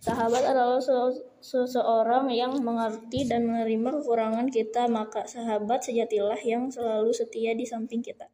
Sahabat adalah seseorang yang mengerti dan menerima kekurangan kita, maka sahabat sejatilah yang selalu setia di samping kita.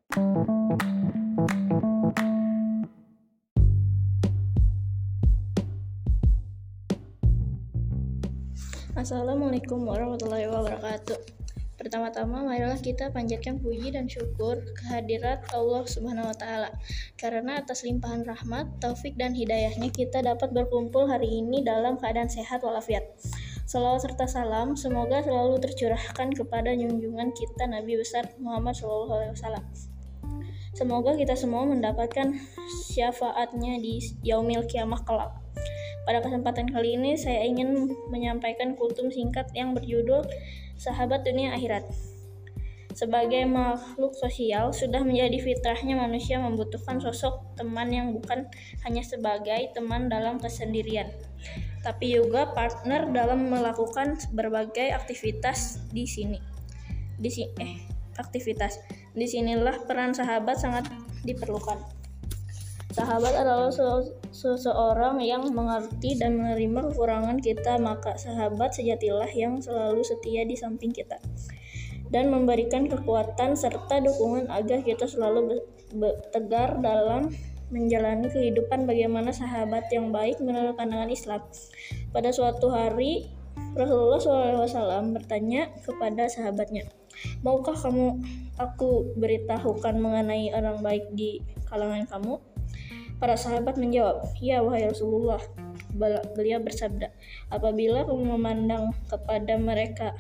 Assalamualaikum warahmatullahi wabarakatuh. Pertama-tama, marilah kita panjatkan puji dan syukur kehadirat Allah Subhanahu wa Ta'ala, karena atas limpahan rahmat, taufik, dan hidayahnya kita dapat berkumpul hari ini dalam keadaan sehat walafiat. Salawat serta salam semoga selalu tercurahkan kepada junjungan kita Nabi besar Muhammad SAW. Semoga kita semua mendapatkan syafaatnya di yaumil kiamah kelak. Pada kesempatan kali ini saya ingin menyampaikan kultum singkat yang berjudul Sahabat Dunia Akhirat. Sebagai makhluk sosial, sudah menjadi fitrahnya manusia membutuhkan sosok teman yang bukan hanya sebagai teman dalam kesendirian, tapi juga partner dalam melakukan berbagai aktivitas. Disinilah peran sahabat sangat diperlukan. Sahabat adalah seseorang yang mengerti dan menerima kekurangan kita, maka sahabat sejatilah yang selalu setia di samping kita dan memberikan kekuatan serta dukungan agar kita selalu tegar dalam menjalani kehidupan bagaimana sahabat yang baik menurut pandangan Islam. Pada suatu hari, Rasulullah SAW bertanya kepada sahabatnya, "Maukah aku beritahukan mengenai orang baik di kalangan kamu?" Para sahabat menjawab, "Ya, wahai Rasulullah." Beliau bersabda, "Apabila kamu memandang kepada mereka,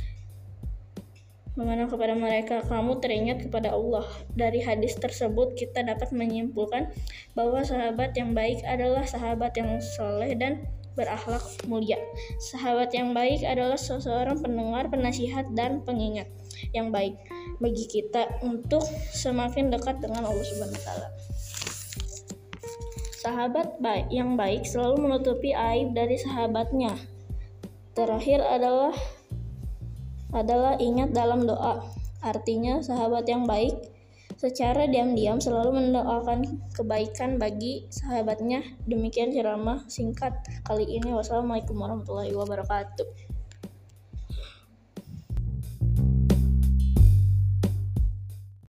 kamu teringat kepada Allah." Dari hadis tersebut kita dapat menyimpulkan bahwa sahabat yang baik adalah sahabat yang saleh dan berakhlak mulia. Sahabat yang baik adalah seseorang pendengar, penasihat, dan pengingat yang baik bagi kita untuk semakin dekat dengan Allah Subhanahu wa Ta'ala. Sahabat yang baik selalu menutupi aib dari sahabatnya. Terakhir adalah ingat dalam doa. Artinya sahabat yang baik secara diam-diam selalu mendoakan kebaikan bagi sahabatnya. Demikian ceramah singkat kali ini. Wassalamualaikum warahmatullahi wabarakatuh.